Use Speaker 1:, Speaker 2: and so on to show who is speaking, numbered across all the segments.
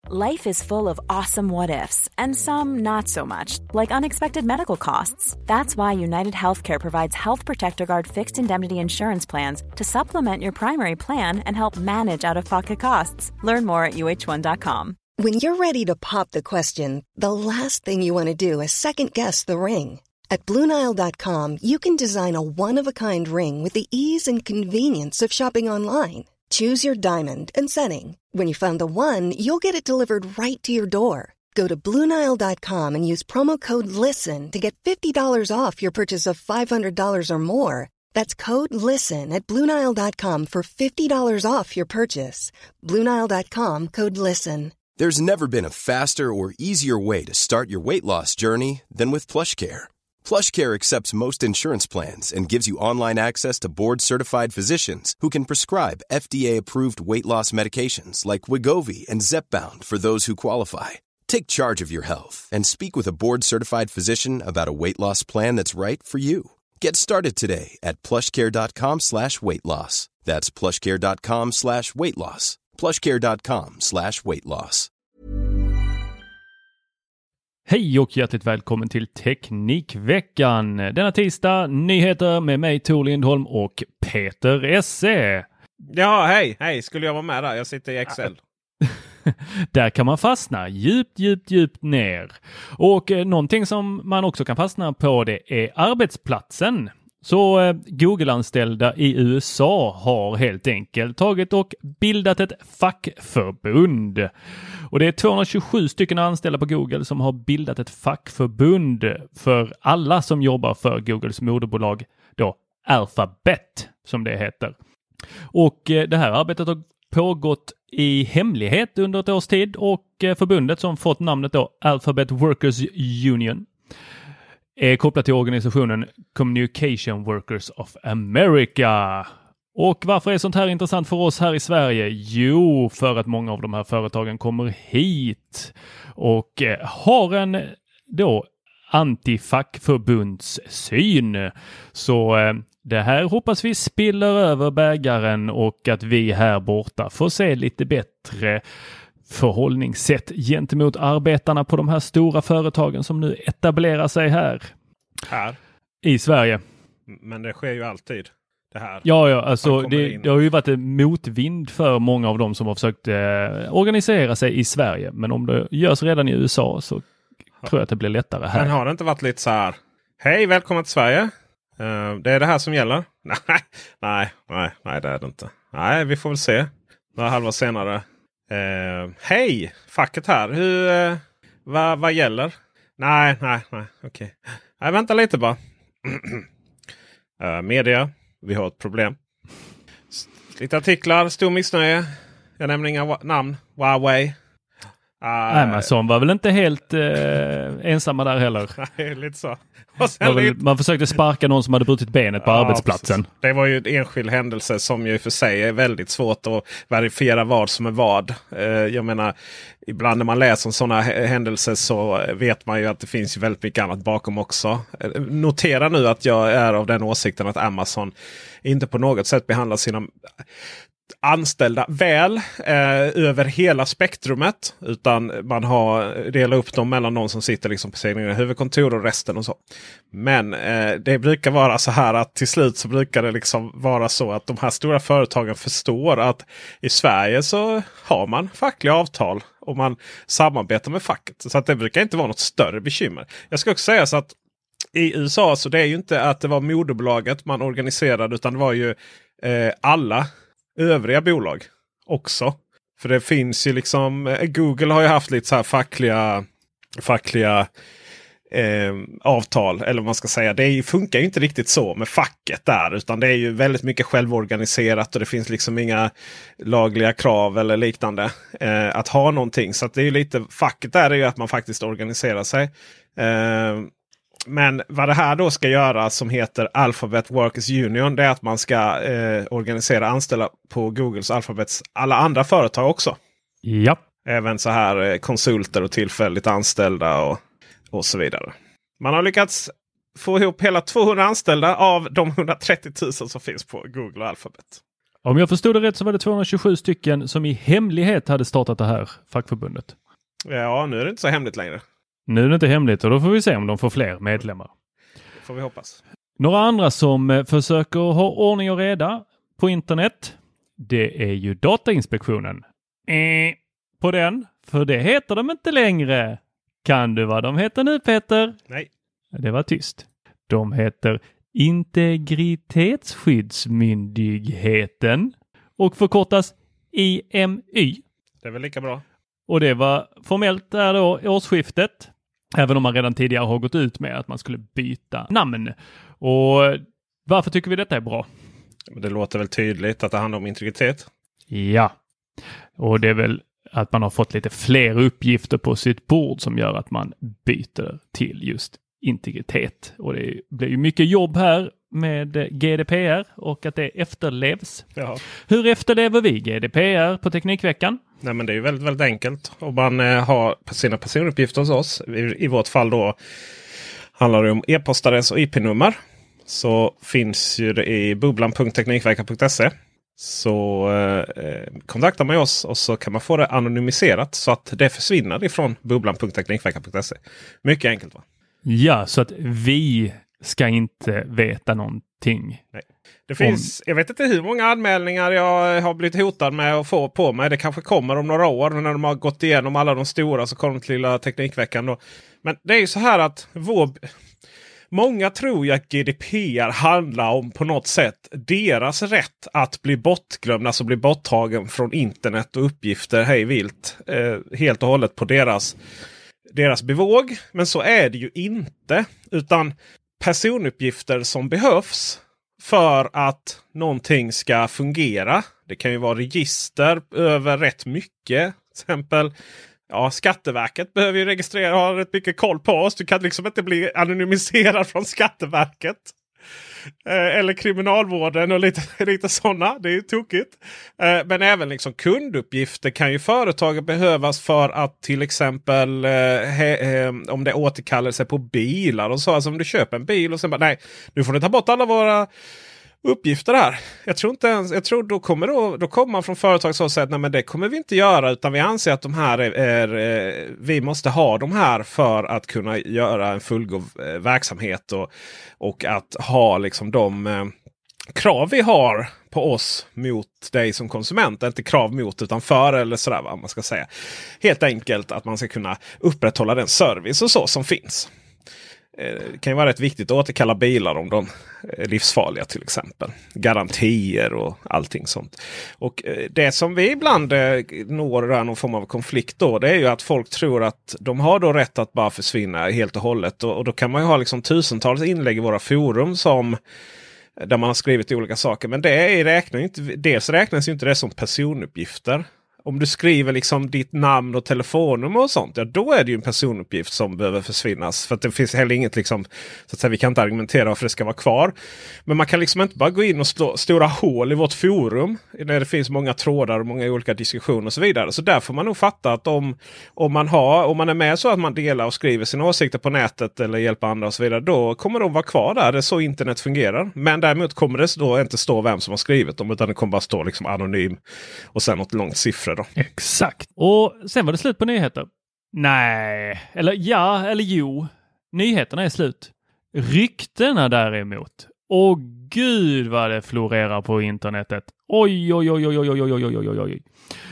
Speaker 1: Life is full of awesome what-ifs, and some not so much, like unexpected medical costs. That's why United Healthcare provides Health Protector Guard fixed indemnity insurance plans to supplement your primary plan and help manage out-of-pocket costs. Learn more at uh1.com.
Speaker 2: When you're ready to pop the question, the last thing you want to do is second-guess the ring. At BlueNile.com, you can design a one-of-a-kind ring with the ease and convenience of shopping online. Choose your diamond and setting. When you find the one, you'll get it delivered right to your door. Go to BlueNile.com and use promo code LISTEN to get $50 off your purchase of $500 or more. That's code LISTEN at BlueNile.com for $50 off your purchase. BlueNile.com, code LISTEN.
Speaker 3: There's never been a faster or easier way to start your weight loss journey than with PlushCare. PlushCare accepts most insurance plans and gives you online access to board-certified physicians who can prescribe FDA-approved weight loss medications like Wegovy and Zepbound for those who qualify. Take charge of your health and speak with a board-certified physician about a weight loss plan that's right for you. Get started today at plushcare.com/weightloss. That's plushcare.com/weightloss. plushcare.com/weightloss.
Speaker 4: Hej och hjärtligt välkommen till Teknikveckan. Denna tisdag, nyheter med mig Tor Lindholm och Peter Esse.
Speaker 5: Ja, hej. Skulle jag vara med där? Jag sitter i Excel.
Speaker 4: Där kan man fastna djupt ner. Och någonting som man också kan fastna på, det är arbetsplatsen. Så Google-anställda i USA har helt enkelt tagit och bildat ett fackförbund. Och det är 227 stycken anställda på Google som har bildat ett fackförbund för alla som jobbar för Googles moderbolag, då Alphabet som det heter. Och det här arbetet har pågått i hemlighet under ett års tid, och förbundet som fått namnet då Alphabet Workers Union är kopplat till organisationen Communication Workers of America. Och varför är sånt här intressant för oss här i Sverige? Jo, för att många av de här företagen kommer hit och har en då antifackförbundssyn. Så det här hoppas vi spiller över bägaren och att vi här borta får se lite bättre förhållningssätt gentemot arbetarna på de här stora företagen som nu etablerar sig här i Sverige.
Speaker 5: Men det sker ju alltid det här.
Speaker 4: Ja, alltså det har ju varit en motvind för många av dem som har försökt organisera sig i Sverige. Men om det görs redan i USA så tror jag att det blir lättare här.
Speaker 5: Men har det inte varit lite så här: hej, välkommen till Sverige. Det är det här som gäller. Nej, det är det inte. Nej, vi får väl se. Några halva senare. Hej, facket här. Vad gäller? Nej, okej. Nej, vänta lite bara. Media, vi har ett problem. Lite artiklar, stor missnöje. Jag nämner inga namn. Huawei.
Speaker 4: Amazon var väl inte helt ensamma där heller.
Speaker 5: Nej, lite så.
Speaker 4: Man försökte sparka någon som hade brutit benet på arbetsplatsen.
Speaker 5: Precis. Det var ju en enskild händelse som ju för sig är väldigt svårt att verifiera vad som är vad. Jag menar, ibland när man läser om sådana händelser så vet man ju att det finns ju väldigt mycket annat bakom också. Notera nu att jag är av den åsikten att Amazon inte på något sätt behandlar sina anställda väl över hela spektrumet, utan man har delat upp dem mellan någon som sitter liksom på sina huvudkontor och resten och så. Men det brukar vara så här att till slut så brukar det liksom vara så att de här stora företagen förstår att i Sverige så har man fackliga avtal och man samarbetar med facket. Så att det brukar inte vara något större bekymmer. Jag ska också säga så att i USA så det är ju inte att det var moderbolaget man organiserade, utan det var ju alla övriga bolag också. För det finns ju liksom, Google har ju haft lite så här fackliga avtal, eller vad man ska säga. Det funkar ju inte riktigt så med facket där, utan det är ju väldigt mycket självorganiserat och det finns liksom inga lagliga krav eller liknande att ha någonting. Så att det är ju lite, facket där är ju att man faktiskt organiserar sig. Men vad det här då ska göra som heter Alphabet Workers Union, det är att man ska organisera anställda på Googles Alphabets alla andra företag också.
Speaker 4: Ja.
Speaker 5: Även så här konsulter och tillfälligt anställda och så vidare. Man har lyckats få ihop hela 200 anställda av de 130 000 som finns på Google och Alphabet.
Speaker 4: Om jag förstod det rätt så var det 227 stycken som i hemlighet hade startat det här fackförbundet.
Speaker 5: Ja, nu är det inte så hemligt längre.
Speaker 4: Nu är det inte hemligt och då får vi se om de får fler medlemmar.
Speaker 5: Det får vi hoppas.
Speaker 4: Några andra som försöker ha ordning och reda på internet, det är ju Datainspektionen. På den, för det heter de inte längre. Kan du vad de heter nu, Peter?
Speaker 5: Nej.
Speaker 4: Det var tyst. De heter Integritetsskyddsmyndigheten och förkortas IMY.
Speaker 5: Det är väl lika bra.
Speaker 4: Och det var formellt där då årsskiftet. Även om man redan tidigare har gått ut med att man skulle byta namn. Och varför tycker vi detta är bra?
Speaker 5: Det låter väl tydligt att det handlar om integritet.
Speaker 4: Ja. Och det är väl att man har fått lite fler uppgifter på sitt bord som gör att man byter till just integritet. Och det blir ju mycket jobb här med GDPR och att det efterlevs.
Speaker 5: Ja.
Speaker 4: Hur efterlever vi GDPR på Teknikveckan?
Speaker 5: Nej, men det är ju väldigt, väldigt enkelt. Om man har sina personuppgifter hos oss, i vårt fall då handlar det om e-postadress och IP-nummer, så finns ju det i bubblan.teknikveckan.se. Så kontaktar man oss och så kan man få det anonymiserat så att det försvinner ifrån bubblan.teknikveckan.se. Mycket enkelt, va?
Speaker 4: Ja, så att vi ska inte veta någonting.
Speaker 5: Nej. Det finns, jag vet inte hur många anmälningar jag har blivit hotad med att få på mig. Det kanske kommer om några år när de har gått igenom alla de stora, så kommer de till lilla Teknikveckan då. Men det är ju så här att många tror ju att GDPR handlar om på något sätt deras rätt att bli bortglömd, alltså bli borttagen från internet och uppgifter hej vilt. Helt och hållet på deras bevåg. Men så är det ju inte. Utan personuppgifter som behövs för att någonting ska fungera. Det kan ju vara register över rätt mycket. Till exempel, ja, Skatteverket behöver ju registrera och ha rätt mycket koll på oss. Du kan liksom inte bli anonymiserad från Skatteverket. Eller kriminalvården och lite sådana. Det är ju tokigt. Men även liksom kunduppgifter kan ju företaget behövas för att till exempel om det återkallelse på bilar och så. Alltså om du köper en bil och sen bara nej, nu får du ta bort alla våra uppgifter här. Jag tror då kommer man från företag så säga att nej, men det kommer vi inte göra, utan vi anser att de här vi måste ha de här för att kunna göra en fullgod verksamhet och att ha liksom de krav vi har på oss mot dig som konsument. Inte krav mot utan för eller sådär, vad man ska säga. Helt enkelt att man ska kunna upprätthålla den service och så som finns. Det kan ju vara rätt viktigt att återkalla bilar om de är livsfarliga till exempel. Garantier och allting sånt. Och det som vi ibland når någon form av konflikt då, det är ju att folk tror att de har då rätt att bara försvinna helt och hållet. Och då kan man ju ha liksom tusentals inlägg i våra forum där man har skrivit olika saker. Men dels räknas ju inte det som personuppgifter. Om du skriver liksom ditt namn och telefonnummer och sånt, ja, då är det ju en personuppgift som behöver försvinnas. För att det finns heller inget liksom, så att säga, vi kan inte argumentera varför det ska vara kvar. Men man kan liksom inte bara gå in och slå stora hål i vårt forum när det finns många trådar och många olika diskussioner och så vidare. Så där får man nog fatta att om man är med så att man delar och skriver sina åsikter på nätet eller hjälper andra och så vidare, då kommer de vara kvar där. Det är så internet fungerar. Men däremot kommer det då inte stå vem som har skrivit dem, utan det kommer bara stå liksom anonym och sen något långt siffror då.
Speaker 4: Exakt. Och sen var det slut på nyheter. Nej, eller ja, eller jo. Nyheterna är slut. Ryktena däremot. Åh gud vad det florerar på internetet. Oj, oj, oj, oj, oj, oj, oj, oj, oj, oj.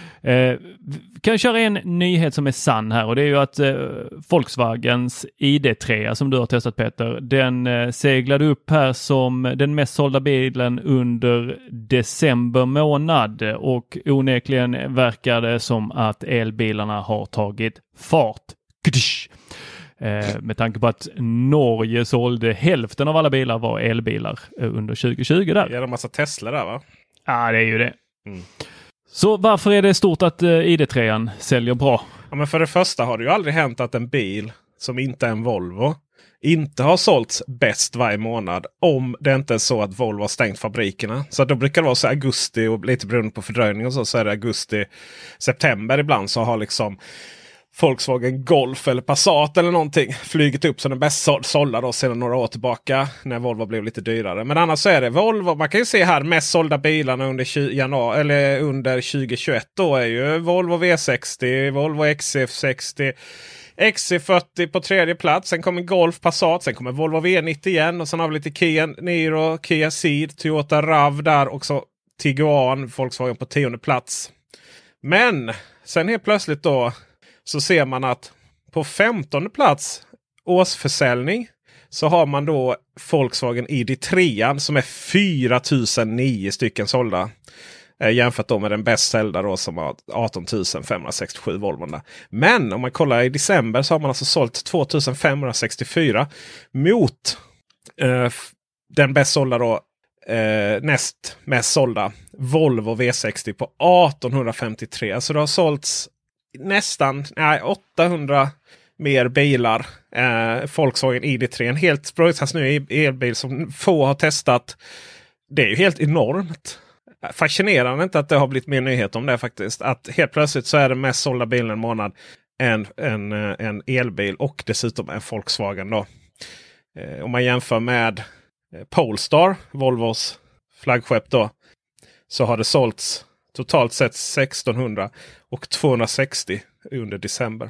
Speaker 4: Kan jag köra en nyhet som är sann här, och det är ju att Volkswagens ID3 som du har testat, Peter, den seglade upp här som den mest sålda bilen under december månad, och onekligen verkar det som att elbilarna har tagit fart. Med tanke på att Norge sålde hälften av alla bilar var elbilar under 2020 där.
Speaker 5: Det är en massa Tesla där, va?
Speaker 4: Ja, det är ju det. Mm. Så varför är det stort att ID3 säljer bra?
Speaker 5: Ja, men för det första har det ju aldrig hänt att en bil som inte är en Volvo inte har sålts bäst varje månad, om det inte är så att Volvo har stängt fabrikerna. Så då brukar det vara så augusti, och lite beroende på fördröjning och så är det augusti, september ibland, så har liksom Volkswagen Golf eller Passat eller någonting flugit upp som den bäst sålda då sedan några år tillbaka när Volvo blev lite dyrare. Men annars så är det Volvo. Man kan ju se här mest sålda bilarna under januari eller under 2021 då är ju Volvo V60, Volvo XC60, XC40 på tredje plats. Sen kommer Golf, Passat, sen kommer Volvo V90 igen och sen har vi lite Kia Niro, Kia Ceed, Toyota RAV där och så Tiguan, Volkswagen på 10:e plats. Men sen helt plötsligt då så ser man att på 15:e plats årsförsäljning så har man då Volkswagen ID3 som är 4009 stycken sålda. Jämfört då med den bäst sålda då som har 18 567 Volvon. Men om man kollar i december så har man alltså sålt 2564 mot den bäst sålda då näst mest sålda Volvo V60 på 1853. Alltså det har sålts nästan 800 mer bilar. Volkswagen ID3 en helt spröjtas nu i elbil som få har testat. Det är ju helt enormt. Fascinerande inte att det har blivit mer nyhet om det faktiskt. Att helt plötsligt så är det mest sålda bilen en månad en elbil och dessutom en Volkswagen då. Om man jämför med Polestar, Volvos flaggskepp då, så har det sålts totalt sett 1600 och 260 under december.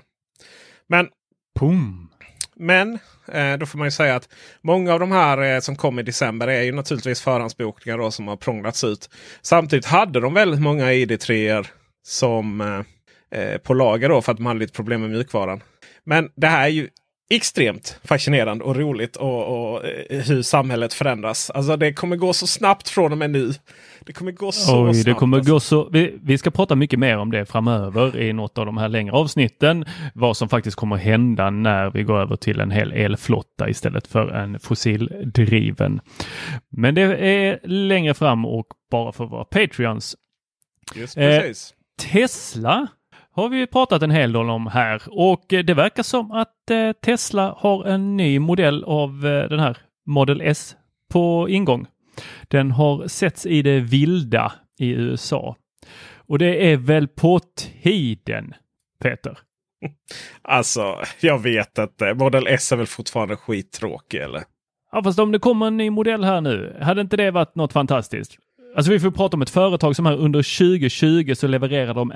Speaker 5: Men då får man ju säga att många av de här som kom i december är ju naturligtvis förhandsbokningar då, som har prånglats ut. Samtidigt hade de väldigt många ID3 som på lager då för att de hade lite problem med mjukvaran. Men det här är ju extremt fascinerande och roligt och hur samhället förändras. Alltså det kommer gå så snabbt från och med nu. Det kommer gå så snabbt.
Speaker 4: Det kommer gå så. Vi ska prata mycket mer om det framöver i något av de här längre avsnitten. Vad som faktiskt kommer hända när vi går över till en hel elflotta istället för en fossildriven. Men det är längre fram och bara för våra Patreons.
Speaker 5: Just precis.
Speaker 4: Tesla har vi pratat en hel del om här och det verkar som att Tesla har en ny modell av den här Model S på ingång. Den har setts i det vilda i USA. Och det är väl på tiden, Peter?
Speaker 5: Alltså, jag vet inte. Model S är väl fortfarande skittråkig, eller?
Speaker 4: Ja, fast om det kommer en ny modell här nu, hade inte det varit något fantastiskt? Alltså vi får prata om ett företag som här under 2020 så levererar de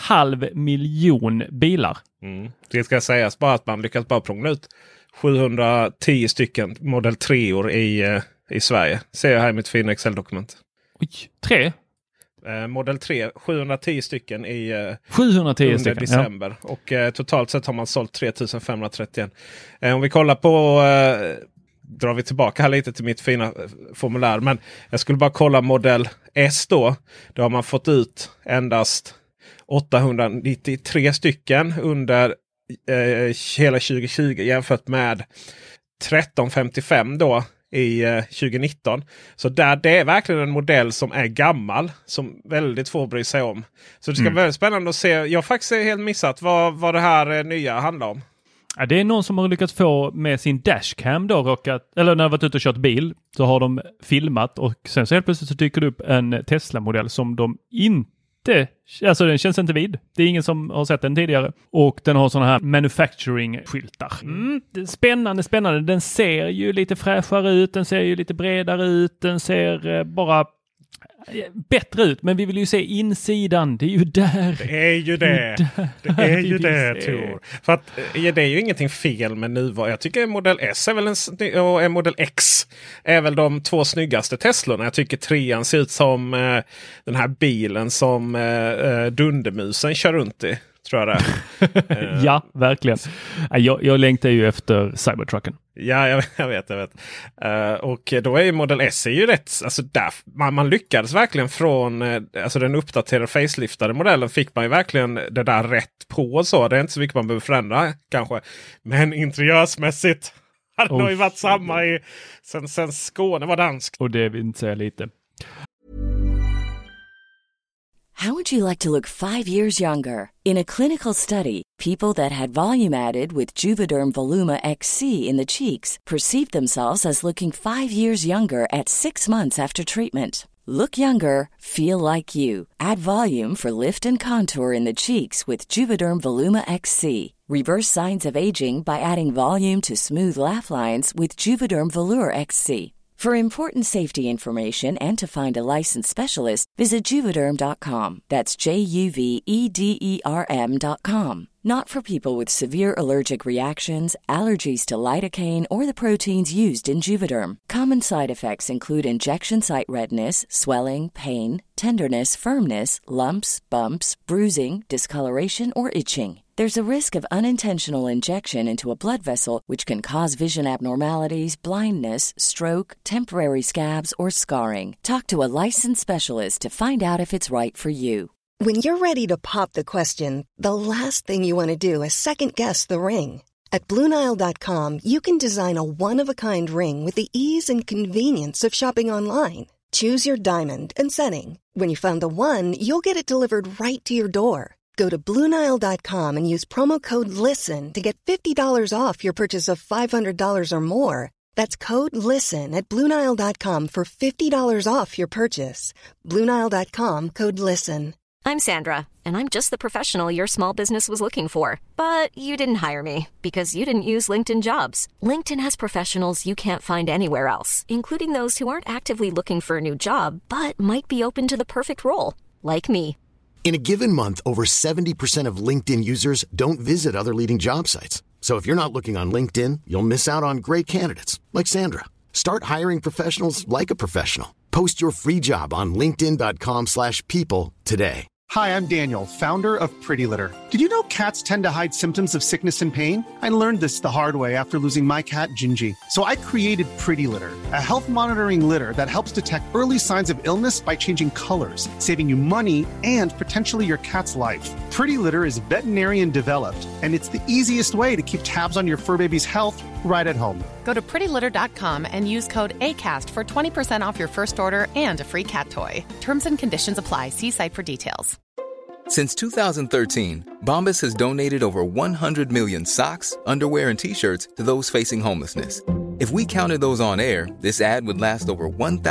Speaker 4: 500 000 bilar.
Speaker 5: Det ska sägas bara att man lyckats bara prångla ut 710 stycken Model 3-or i Sverige. Ser jag här i mitt fina Excel-dokument.
Speaker 4: Oj, 3?
Speaker 5: Model 3, 710 stycken i
Speaker 4: 710
Speaker 5: under
Speaker 4: stycken,
Speaker 5: december. Ja. Och totalt sett har man sålt 3531. Om vi kollar på... drar vi tillbaka här lite till mitt fina formulär. Men jag skulle bara kolla Model S då. Då har man fått ut endast 893 stycken under hela 2020 jämfört med 1355 då i 2019. Så där, det är verkligen en modell som är gammal. Som väldigt få bryr sig om. Så det ska bli väldigt spännande att se. Jag har faktiskt helt missat vad det här nya handlar om.
Speaker 4: Ja, det är någon som har lyckats få med sin dashcam då eller när de varit ute och kört bil så har de filmat och sen så helt plötsligt så dyker det upp en Tesla-modell som de inte, alltså den känns inte vid. Det är ingen som har sett den tidigare. Och den har såna här manufacturing-skyltar. Spännande. Den ser ju lite fräschare ut, den ser ju lite bredare ut, den ser bara bättre ut, men vi vill ju se insidan. Det är ju där.
Speaker 5: Det är ju det. Det är ju det, Tor. För att det är ju ingenting fel med nuvarande. Jag tycker Model S är väl och Model X är väl de två snyggaste Teslorna. Jag tycker 3an ser ut som den här bilen som Dundermusen kör runt i. Tror jag det.
Speaker 4: Ja, verkligen. Jag längtar ju efter Cybertrucken.
Speaker 5: Ja, jag vet. Och då är ju Model S är ju rätt. Alltså där, man lyckades verkligen från alltså den uppdaterade faceliftade modellen fick man ju verkligen det där rätt på och så. Det är inte så mycket man behöver förändra kanske. Men interiörsmässigt har det nog ju varit samma sen Skåne var dansk.
Speaker 4: Och det vill inte säga lite.
Speaker 6: How would you like to look 5 years younger? In a clinical study, people that had volume added with Juvederm Voluma XC in the cheeks perceived themselves as looking 5 years younger at 6 months after treatment. Look younger, feel like you. Add volume for lift and contour in the cheeks with Juvederm Voluma XC. Reverse signs of aging by adding volume to smooth laugh lines with Juvederm Volure XC. For important safety information and to find a licensed specialist, visit Juvederm.com. That's JUVEDERM.com. Not for people with severe allergic reactions, allergies to lidocaine, or the proteins used in Juvederm. Common side effects include injection site redness, swelling, pain, tenderness, firmness, lumps, bumps, bruising, discoloration, or itching. There's a risk of unintentional injection into a blood vessel, which can cause vision abnormalities, blindness, stroke, temporary scabs, or scarring. Talk to a licensed specialist to find out if it's right for you.
Speaker 2: When you're ready to pop the question, the last thing you want to do is second-guess the ring. At BlueNile.com, you can design a one-of-a-kind ring with the ease and convenience of shopping online. Choose your diamond and setting. When you find the one, you'll get it delivered right to your door. Go to BlueNile.com and use promo code LISTEN to get $50 off your purchase of $500 or more. That's code LISTEN at BlueNile.com for $50 off your purchase. BlueNile.com, code LISTEN.
Speaker 7: I'm Sandra, and I'm just the professional your small business was looking for. But you didn't hire me because you didn't use LinkedIn Jobs. LinkedIn has professionals you can't find anywhere else, including those who aren't actively looking for a new job, but might be open to the perfect role, like me.
Speaker 8: In a given month, over 70% of LinkedIn users don't visit other leading job sites. So if you're not looking on LinkedIn, you'll miss out on great candidates like Sandra. Start hiring professionals like a professional. Post your free job on linkedin.com/people today.
Speaker 9: Hi, I'm Daniel, founder of Pretty Litter. Did you know cats tend to hide symptoms of sickness and pain? I learned this the hard way after losing my cat, Gingy. So I created Pretty Litter, a health monitoring litter that helps detect early signs of illness by changing colors, saving you money and potentially your cat's life. Pretty Litter is veterinarian developed, and it's the easiest way to keep tabs on your fur baby's health right at home.
Speaker 10: Go to prettylitter.com and use code ACAST for 20% off your first order and a free cat toy. Terms and conditions apply. See site for details.
Speaker 11: Since 2013, Bombas has donated over 100 million socks, underwear, and T-shirts to those facing homelessness. If we counted those on air, this ad would last over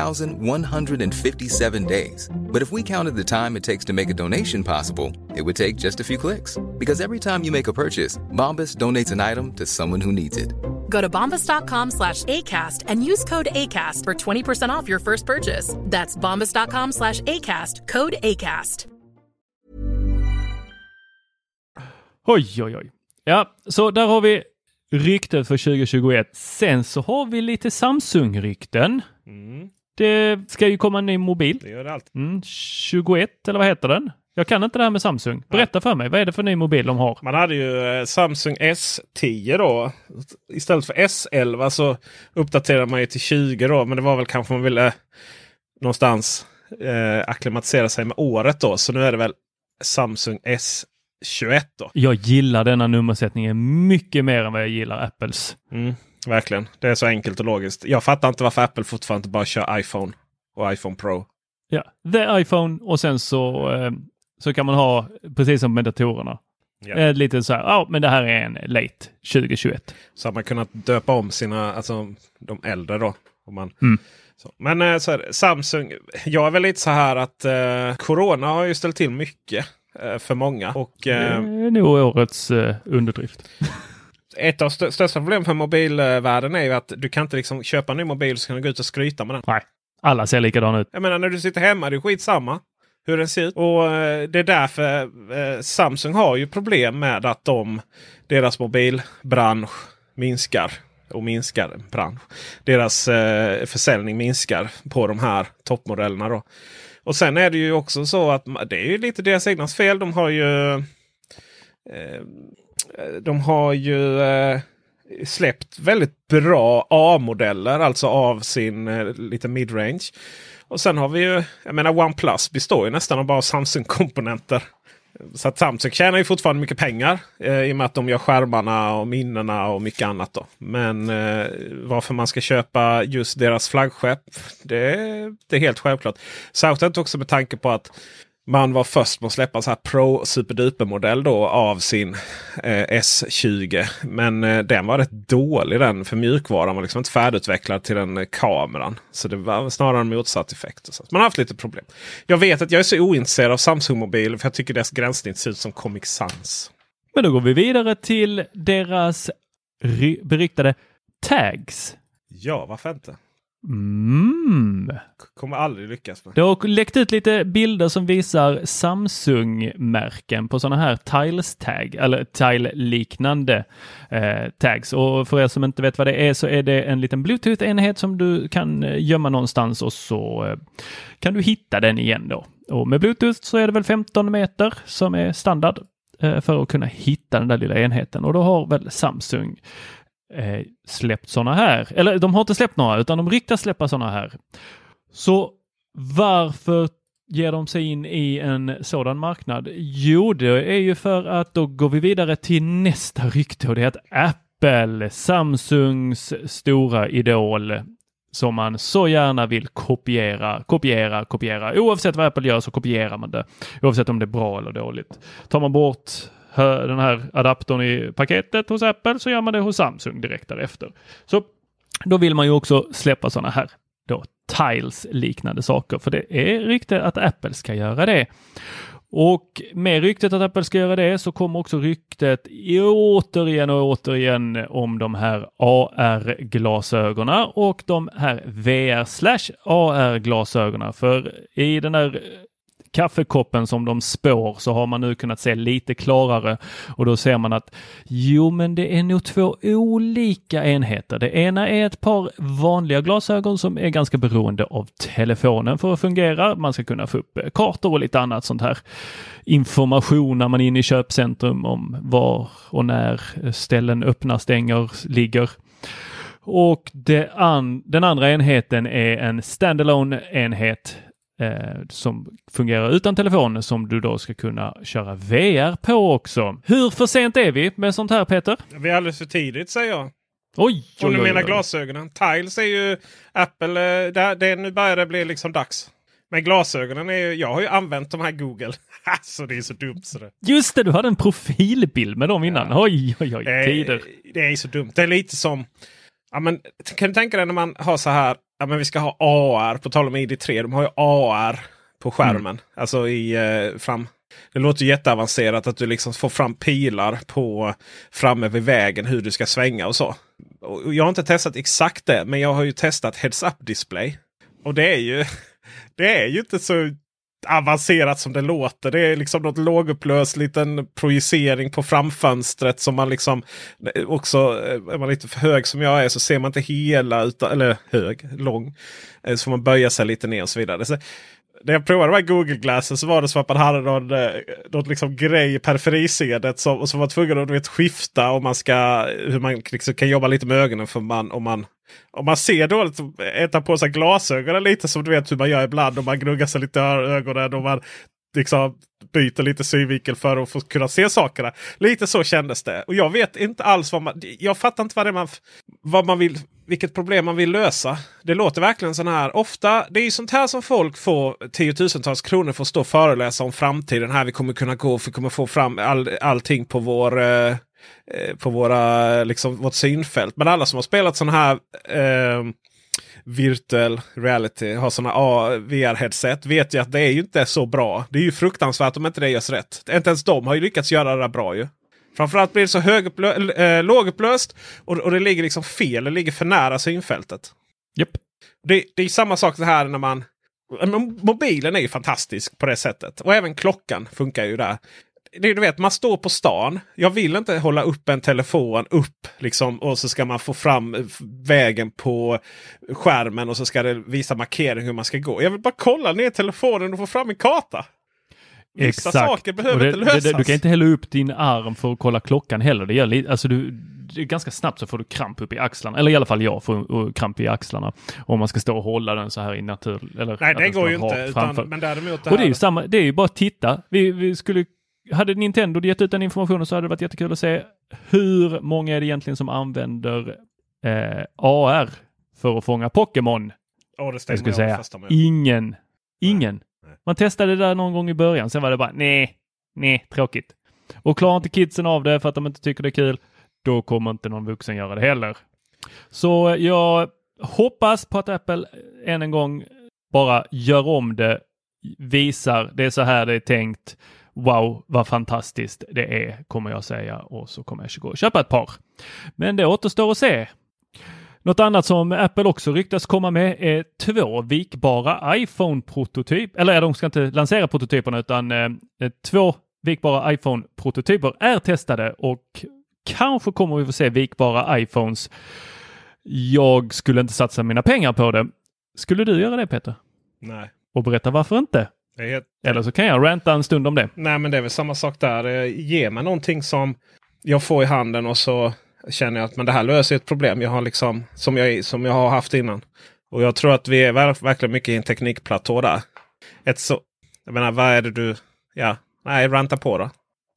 Speaker 11: 1,157 days. But if we counted the time it takes to make a donation possible, it would take just a few clicks. Because every time you make a purchase, Bombas donates an item to someone who needs it.
Speaker 10: Go to bombas.com/ACAST and use code ACAST for 20% off your first purchase. That's bombas.com/ACAST, code ACAST.
Speaker 4: Oj, oj, oj. Ja, så där har vi ryktet för 2021. Sen så har vi lite Samsung-rykten. Det ska ju komma en ny mobil.
Speaker 5: Det gör det alltid.
Speaker 4: 21, eller vad heter den? Jag kan inte det här med Samsung. Berätta för mig, vad är det för ny mobil de har?
Speaker 5: Man hade ju Samsung S10 då. Istället för S11 så uppdaterade man ju till 20 då. Men det var väl kanske man ville någonstans akklimatisera sig med året då. Så nu är det väl Samsung S21 då.
Speaker 4: Jag gillar denna nummersättningen mycket mer än vad jag gillar Apples.
Speaker 5: Verkligen. Det är så enkelt och logiskt. Jag fattar inte varför Apple fortfarande bara kör iPhone och iPhone Pro.
Speaker 4: Ja, the iPhone och sen så kan man ha, precis som med datorerna. Ja. Lite så här, men det här är en late 2021.
Speaker 5: Så har man kunnat döpa om sina, alltså de äldre då. Om man, så. Men så här, Samsung, jag är väl lite så här att corona har ju ställt till mycket för många. Och,
Speaker 4: det är nog årets underdrift.
Speaker 5: Ett av största problemen för mobilvärlden är ju att du kan inte liksom köpa en ny mobil så kan du gå ut och skryta med den.
Speaker 4: Nej, alla ser likadana ut.
Speaker 5: Jag menar, när du sitter hemma, det är skitsamma hur den ser ut. Och det är därför Samsung har ju problem med att deras mobilbransch minskar. Och minskar bransch. Deras försäljning minskar på de här toppmodellerna då. Och sen är det ju också så att det är ju lite deras egna fel. De har ju släppt väldigt bra A-modeller, alltså av sin lite midrange. Och sen har vi ju, jag menar, OnePlus består ju nästan av bara Samsung-komponenter. Så att Samsung tjänar ju fortfarande mycket pengar i och med att de gör skärmarna och minnena och mycket annat då. Men varför man ska köpa just deras flaggskepp, det är helt självklart. Särskilt också med tanke på att man var först med att släppa så här Pro superduper-modell då av sin S20. Men den var rätt dålig, den för mjukvaran var liksom inte färdigutvecklad till den kameran. Så det var snarare en motsatt effekt. Och så. Man har haft lite problem. Jag vet att jag är så ointresserad av Samsung-mobiler för jag tycker deras gränssnitt ser ut som Comic Sans.
Speaker 4: Men då går vi vidare till deras beryktade tags.
Speaker 5: Ja, varför inte? Kommer aldrig lyckas med.
Speaker 4: Det har läckt ut lite bilder som visar Samsung-märken på sådana här Tiles-tag eller Tile-liknande tags. Och för er som inte vet vad det är så är det en liten Bluetooth-enhet som du kan gömma någonstans och så kan du hitta den igen då. Och med Bluetooth så är det väl 15 meter som är standard för att kunna hitta den där lilla enheten. Och då har väl Samsung släppt sådana här. Eller de har inte släppt några utan de ryktas släppa sådana här. Så varför ger de sig in i en sådan marknad? Jo, det är ju för att då går vi vidare till nästa rykte och det är att Apple, Samsungs stora idol som man så gärna vill kopiera. Oavsett vad Apple gör så kopierar man det. Oavsett om det är bra eller dåligt. Tar man bort den här adaptern i paketet hos Apple så gör man det hos Samsung direkt därefter. Så då vill man ju också släppa sådana här då Tiles-liknande saker. För det är ryktet att Apple ska göra det. Och med ryktet att Apple ska göra det så kommer också ryktet återigen om de här AR-glasögonen och de här VR/AR-glasögonen. För i den här kaffekoppen som de spår så har man nu kunnat se lite klarare och då ser man att men det är nog två olika enheter. Det ena är ett par vanliga glasögon som är ganska beroende av telefonen för att fungera. Man ska kunna få upp kartor och lite annat sånt här information när man är inne i köpcentrum om var och när ställen öppnar, stänger, ligger. Och den andra enheten är en standalone enhet som fungerar utan telefon som du då ska kunna köra VR på också. Hur för sent är vi med sånt här, Peter?
Speaker 5: Vi är alldeles för tidigt, säger jag.
Speaker 4: Oj.
Speaker 5: Om du menar glasögonen. Tiles är ju Apple, nu börjar det bli liksom dags. Men glasögonen är ju, jag har ju använt de här Google. Så det är så dumt. Så det.
Speaker 4: Just det, du hade en profilbild med dem innan. Ja. Oj, tider.
Speaker 5: Det är så dumt. Det är lite som, men kan du tänka dig när man har så här, men vi ska ha AR, på tal om ID3, de har ju AR på skärmen. Alltså fram. Det låter jätteavancerat att du liksom får fram pilar framme vid vägen hur du ska svänga och så. Och jag har inte testat exakt det, men jag har ju testat heads-up display. Och det är ju inte så avancerat som det låter. Det är liksom något lågupplöst liten projicering på framfönstret som man liksom också, är man lite för hög som jag är så ser man inte hela eller lång. Så får man böja sig lite ner och så vidare. Så när jag provade de här Google Glasses så var det så att man hade någon liksom grej i periferisedet och så var man tvungen att skifta om man hur man liksom kan jobba lite med ögonen för om man ser dåligt så äta på sig glasögonen lite som du vet hur man gör ibland om man gnuggar sig lite i ögonen och man liksom byter lite synvinkel för att få kunna se sakerna. Lite så kändes det. Och jag vet inte alls jag fattar inte vad man vill, vilket problem man vill lösa. Det låter verkligen sån här. Ofta, det är ju sånt här som folk får 10 000-tals kronor för att stå och föreläsa om framtiden. Här vi kommer kunna gå, vi kommer få fram allting på vårt synfält. Men alla som har spelat sån här virtual reality, har såna VR-headset, vet ju att det är ju inte så bra. Det är ju fruktansvärt om inte det görs rätt. Inte ens de har ju lyckats göra det där bra ju. Framförallt blir det så lågupplöst och det ligger liksom fel. Det ligger för nära synfältet.
Speaker 4: Yep.
Speaker 5: Det är samma sak så här när mobilen är ju fantastisk på det sättet. Och även klockan funkar ju där. Du vet, man står på stan. Jag vill inte hålla upp en telefon liksom, och så ska man få fram vägen på skärmen och så ska det visa markering hur man ska gå. Jag vill bara kolla ner telefonen och få fram en karta. Vissa saker behöver inte lösas.
Speaker 4: Du kan inte hälla upp din arm för att kolla klockan heller. Det gör alltså det är ganska snabbt så får du kramp upp i axlarna. Eller i alla fall jag får kramp i axlarna. Om man ska stå och hålla den så här i natur. Eller
Speaker 5: nej, det går ju inte. Men däremot
Speaker 4: och det är ju samma. Det är ju bara att titta. Hade Nintendo gett ut den informationen så hade det varit jättekul att se hur många är det egentligen som använder AR för att fånga Pokémon. Jag skulle säga ingen. Nej. Man testade det där någon gång i början, sen var det bara nej, tråkigt. Och klarar inte kidsen av det för att de inte tycker det är kul, då kommer inte någon vuxen göra det heller. Så jag hoppas på att Apple än en gång bara gör om det, visar det är så här det är tänkt wow, vad fantastiskt det är, kommer jag säga. Och så kommer jag gå och köpa ett par. Men det återstår att se. Något annat som Apple också ryktas komma med är 2 vikbara iPhone-prototyper. Eller de ska inte lansera prototyperna, utan 2 vikbara iPhone-prototyper är testade och kanske kommer vi få se vikbara iPhones. Jag skulle inte satsa mina pengar på det. Skulle du göra det, Peter?
Speaker 5: Nej.
Speaker 4: Och berätta varför inte? Eller så kan jag ranta en stund om det.
Speaker 5: Nej, men det är väl samma sak där. Ge mig någonting som jag får i handen och så känner jag att men det här löser ett problem jag har liksom, som jag har haft innan. Och jag tror att vi är verkligen mycket i en teknikplatå där. Jag menar, vad är det du... Ja, nej, ranta på då.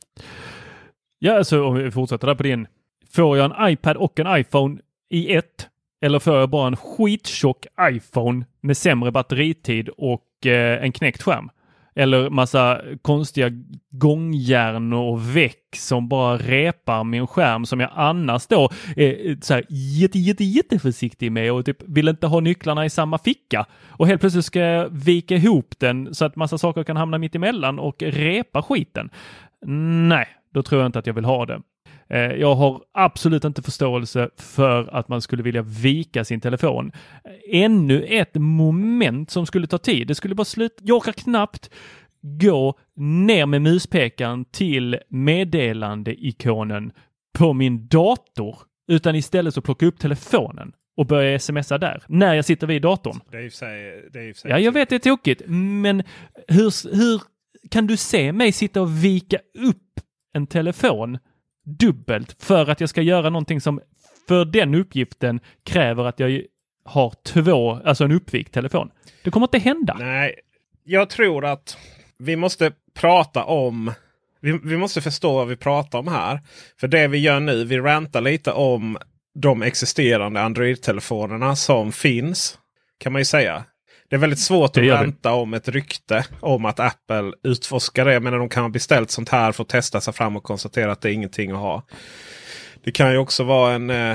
Speaker 4: Ja, alltså om vi fortsätter där på din. Får jag en iPad och en iPhone i ett? Eller får jag bara en skittjock iPhone med sämre batteritid och en knäckt skärm? Eller massa konstiga gångjärn och väck som bara repar min skärm som jag annars då är så här jätteförsiktig med och typ vill inte ha nycklarna i samma ficka. Och helt plötsligt ska jag vika ihop den så att massa saker kan hamna mitt emellan och repa skiten. Nej, då tror jag inte att jag vill ha det. Jag har absolut inte förståelse för att man skulle vilja vika sin telefon. Ännu ett moment som skulle ta tid. Det skulle bara jag kan knappt gå ner med muspekaren till meddelande-ikonen på min dator, utan istället så plocka upp telefonen och börja smsa där när jag sitter vid datorn.
Speaker 5: Det är ju sig.
Speaker 4: Ja, jag vet, det är tokigt. Men hur kan du se mig sitta och vika upp en telefon dubbelt för att jag ska göra någonting som för den uppgiften kräver att jag har en uppvikt telefon? Det kommer inte hända.
Speaker 5: Nej, jag tror att vi måste prata om... Vi måste förstå vad vi pratar om här. För det vi gör nu, vi rantar lite om de existerande Android-telefonerna som finns, kan man ju säga. Det är väldigt svårt att ranta om ett rykte om att Apple utforskar det. Men de kan ha beställt sånt här för att testa sig fram och konstatera att det är ingenting att ha. Det kan ju också vara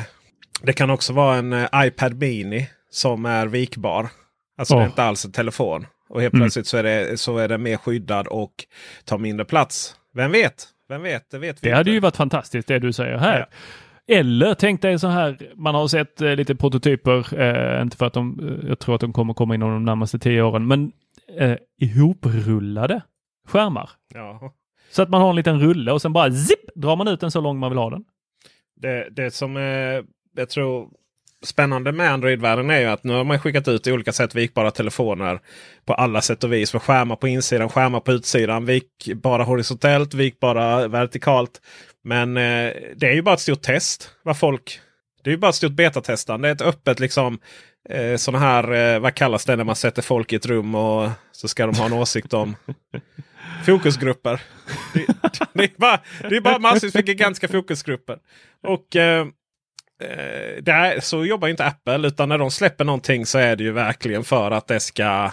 Speaker 5: en iPad Mini som är vikbar. Alltså det är inte alls en telefon. Och helt plötsligt så är det mer skyddad och tar mindre plats. Vem vet? Det vet vi.
Speaker 4: Det hade ju varit fantastiskt det du säger här. Ja. Eller tänk dig så här, man har sett lite prototyper, inte för att jag tror att de kommer komma inom de närmaste 10 åren, men ihoprullade skärmar.
Speaker 5: Ja.
Speaker 4: Så att man har en liten rulle och sen bara drar man ut den så långt man vill ha den.
Speaker 5: Det som jag tror spännande med Android-världen är ju att nu har man skickat ut i olika sätt vikbara telefoner på alla sätt och vis. För skärmar på insidan, skärmar på utsidan, vikbara horisontellt, vikbara vertikalt. Men det är ju bara ett stort test. Det är ju bara ett stort betatestande. Det är ett öppet liksom såna här, vad kallas det när man sätter folk i ett rum och så ska de ha en åsikt om fokusgrupper. Det är bara massvis för gigantiska fokusgrupper. Och så jobbar inte Apple, utan när de släpper någonting så är det ju verkligen för att det ska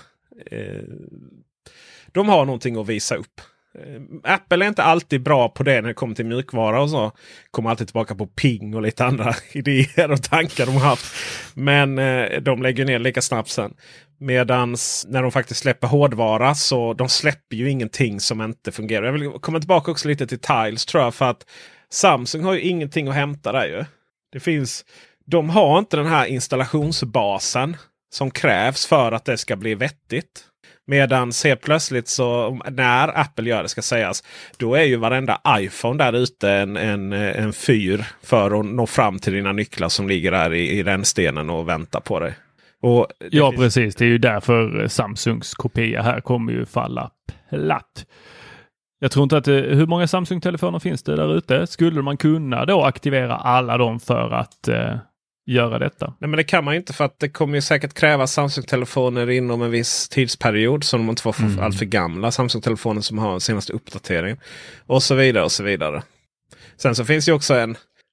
Speaker 5: de har någonting att visa upp. Apple är inte alltid bra på det när det kommer till mjukvara och så. Kommer alltid tillbaka på ping och lite andra idéer och tankar de har haft. Men de lägger ner lika snabbt sen. Medans när de faktiskt släpper hårdvara så de släpper ju ingenting som inte fungerar. Jag vill komma tillbaka också lite till Tiles tror jag, för att Samsung har ju ingenting att hämta där ju. De har inte den här installationsbasen som krävs för att det ska bli vettigt. Medan helt plötsligt så när Apple gör det, ska sägas, då är ju varenda iPhone där ute en fyr för att nå fram till dina nycklar som ligger där i rännstenen och väntar på dig. Och
Speaker 4: precis. Det är ju därför Samsungs kopia här kommer ju falla platt. Jag tror inte att hur många Samsung-telefoner finns det där ute? Skulle man kunna då aktivera alla dem för att göra detta?
Speaker 5: Nej, men det kan man ju inte, för att det kommer ju säkert kräva Samsung-telefoner inom en viss tidsperiod så de inte får allt för gamla Samsung-telefoner som har senaste uppdatering. Och så vidare och så vidare. Sen så finns ju också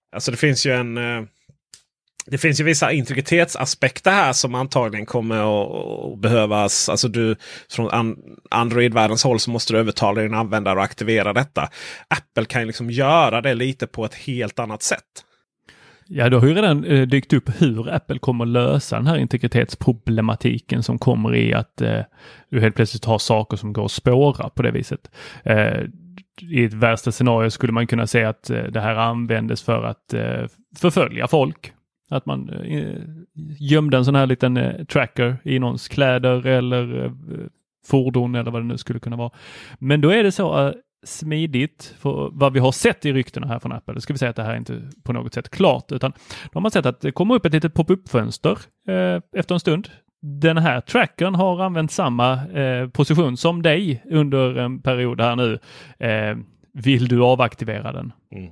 Speaker 5: det finns ju vissa integritetsaspekter här som antagligen kommer att behövas. Alltså från Android-världens håll så måste du övertala din användare att aktivera detta. Apple kan ju liksom göra det lite på ett helt annat sätt.
Speaker 4: Ja, då har ju redan dykt upp hur Apple kommer lösa den här integritetsproblematiken som kommer i att du helt plötsligt har saker som går att spåra på det viset. i ett värsta scenario skulle man kunna säga att det här användes för att förfölja folk. Att man gömde en sån här liten tracker i någons kläder eller fordon eller vad det nu skulle kunna vara. Men då är det så smidigt för vad vi har sett i ryktena här från Apple. Det ska vi säga att det här är inte på något sätt klart, utan de har sett att det kommer upp ett litet pop-up-fönster efter en stund. Den här trackern har använt samma position som dig under en period här nu. Vill du avaktivera den?
Speaker 5: Mm.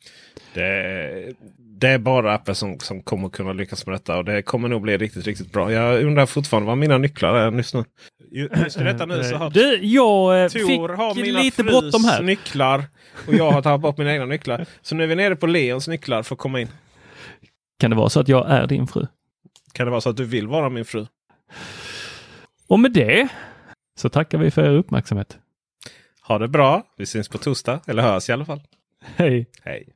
Speaker 5: Det är bara Apple som kommer kunna lyckas med detta, och det kommer nog bli riktigt, riktigt bra. Jag undrar fortfarande vad mina nycklar är just nu. Just i detta nu så har
Speaker 4: jag
Speaker 5: Tor har mina
Speaker 4: lite bråttom här.
Speaker 5: Nycklar och jag har tagit bort mina egna nycklar. Så nu är vi nere på Leons nycklar för att komma in.
Speaker 4: Kan det vara så att jag är din fru?
Speaker 5: Kan det vara så att du vill vara min fru?
Speaker 4: Och med det så tackar vi för er uppmärksamhet.
Speaker 5: Ha det bra. Vi syns på torsdag, eller hörs i alla fall.
Speaker 4: Hej.
Speaker 5: Hej.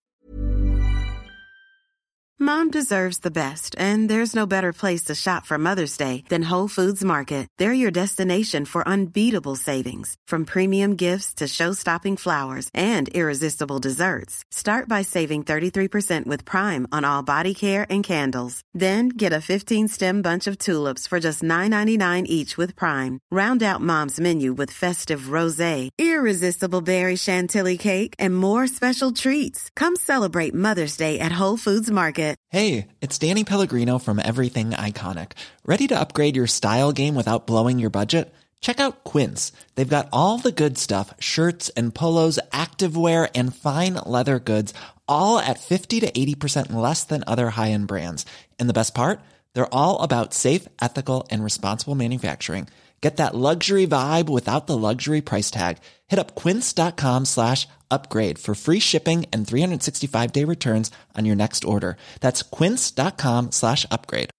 Speaker 12: Mom deserves the best, and there's no better place to shop for Mother's Day than Whole Foods Market. They're your destination for unbeatable savings, from premium gifts to show-stopping flowers and irresistible desserts. Start by saving 33% with Prime on all body care and candles. Then get a 15-stem bunch of tulips for just $9.99 each with Prime. Round out Mom's menu with festive rosé, irresistible berry chantilly cake, and more special treats. Come celebrate Mother's Day at Whole Foods Market.
Speaker 13: Hey, it's Danny Pellegrino from Everything Iconic. Ready to upgrade your style game without blowing your budget? Check out Quince. They've got all the good stuff, shirts and polos, activewear, and fine leather goods, all at 50 to 80% less than other high-end brands. And the best part? They're all about safe, ethical, and responsible manufacturing. Get that luxury vibe without the luxury price tag. Hit up quince.com/upgrade for free shipping and 365-day returns on your next order. That's quince.com/upgrade.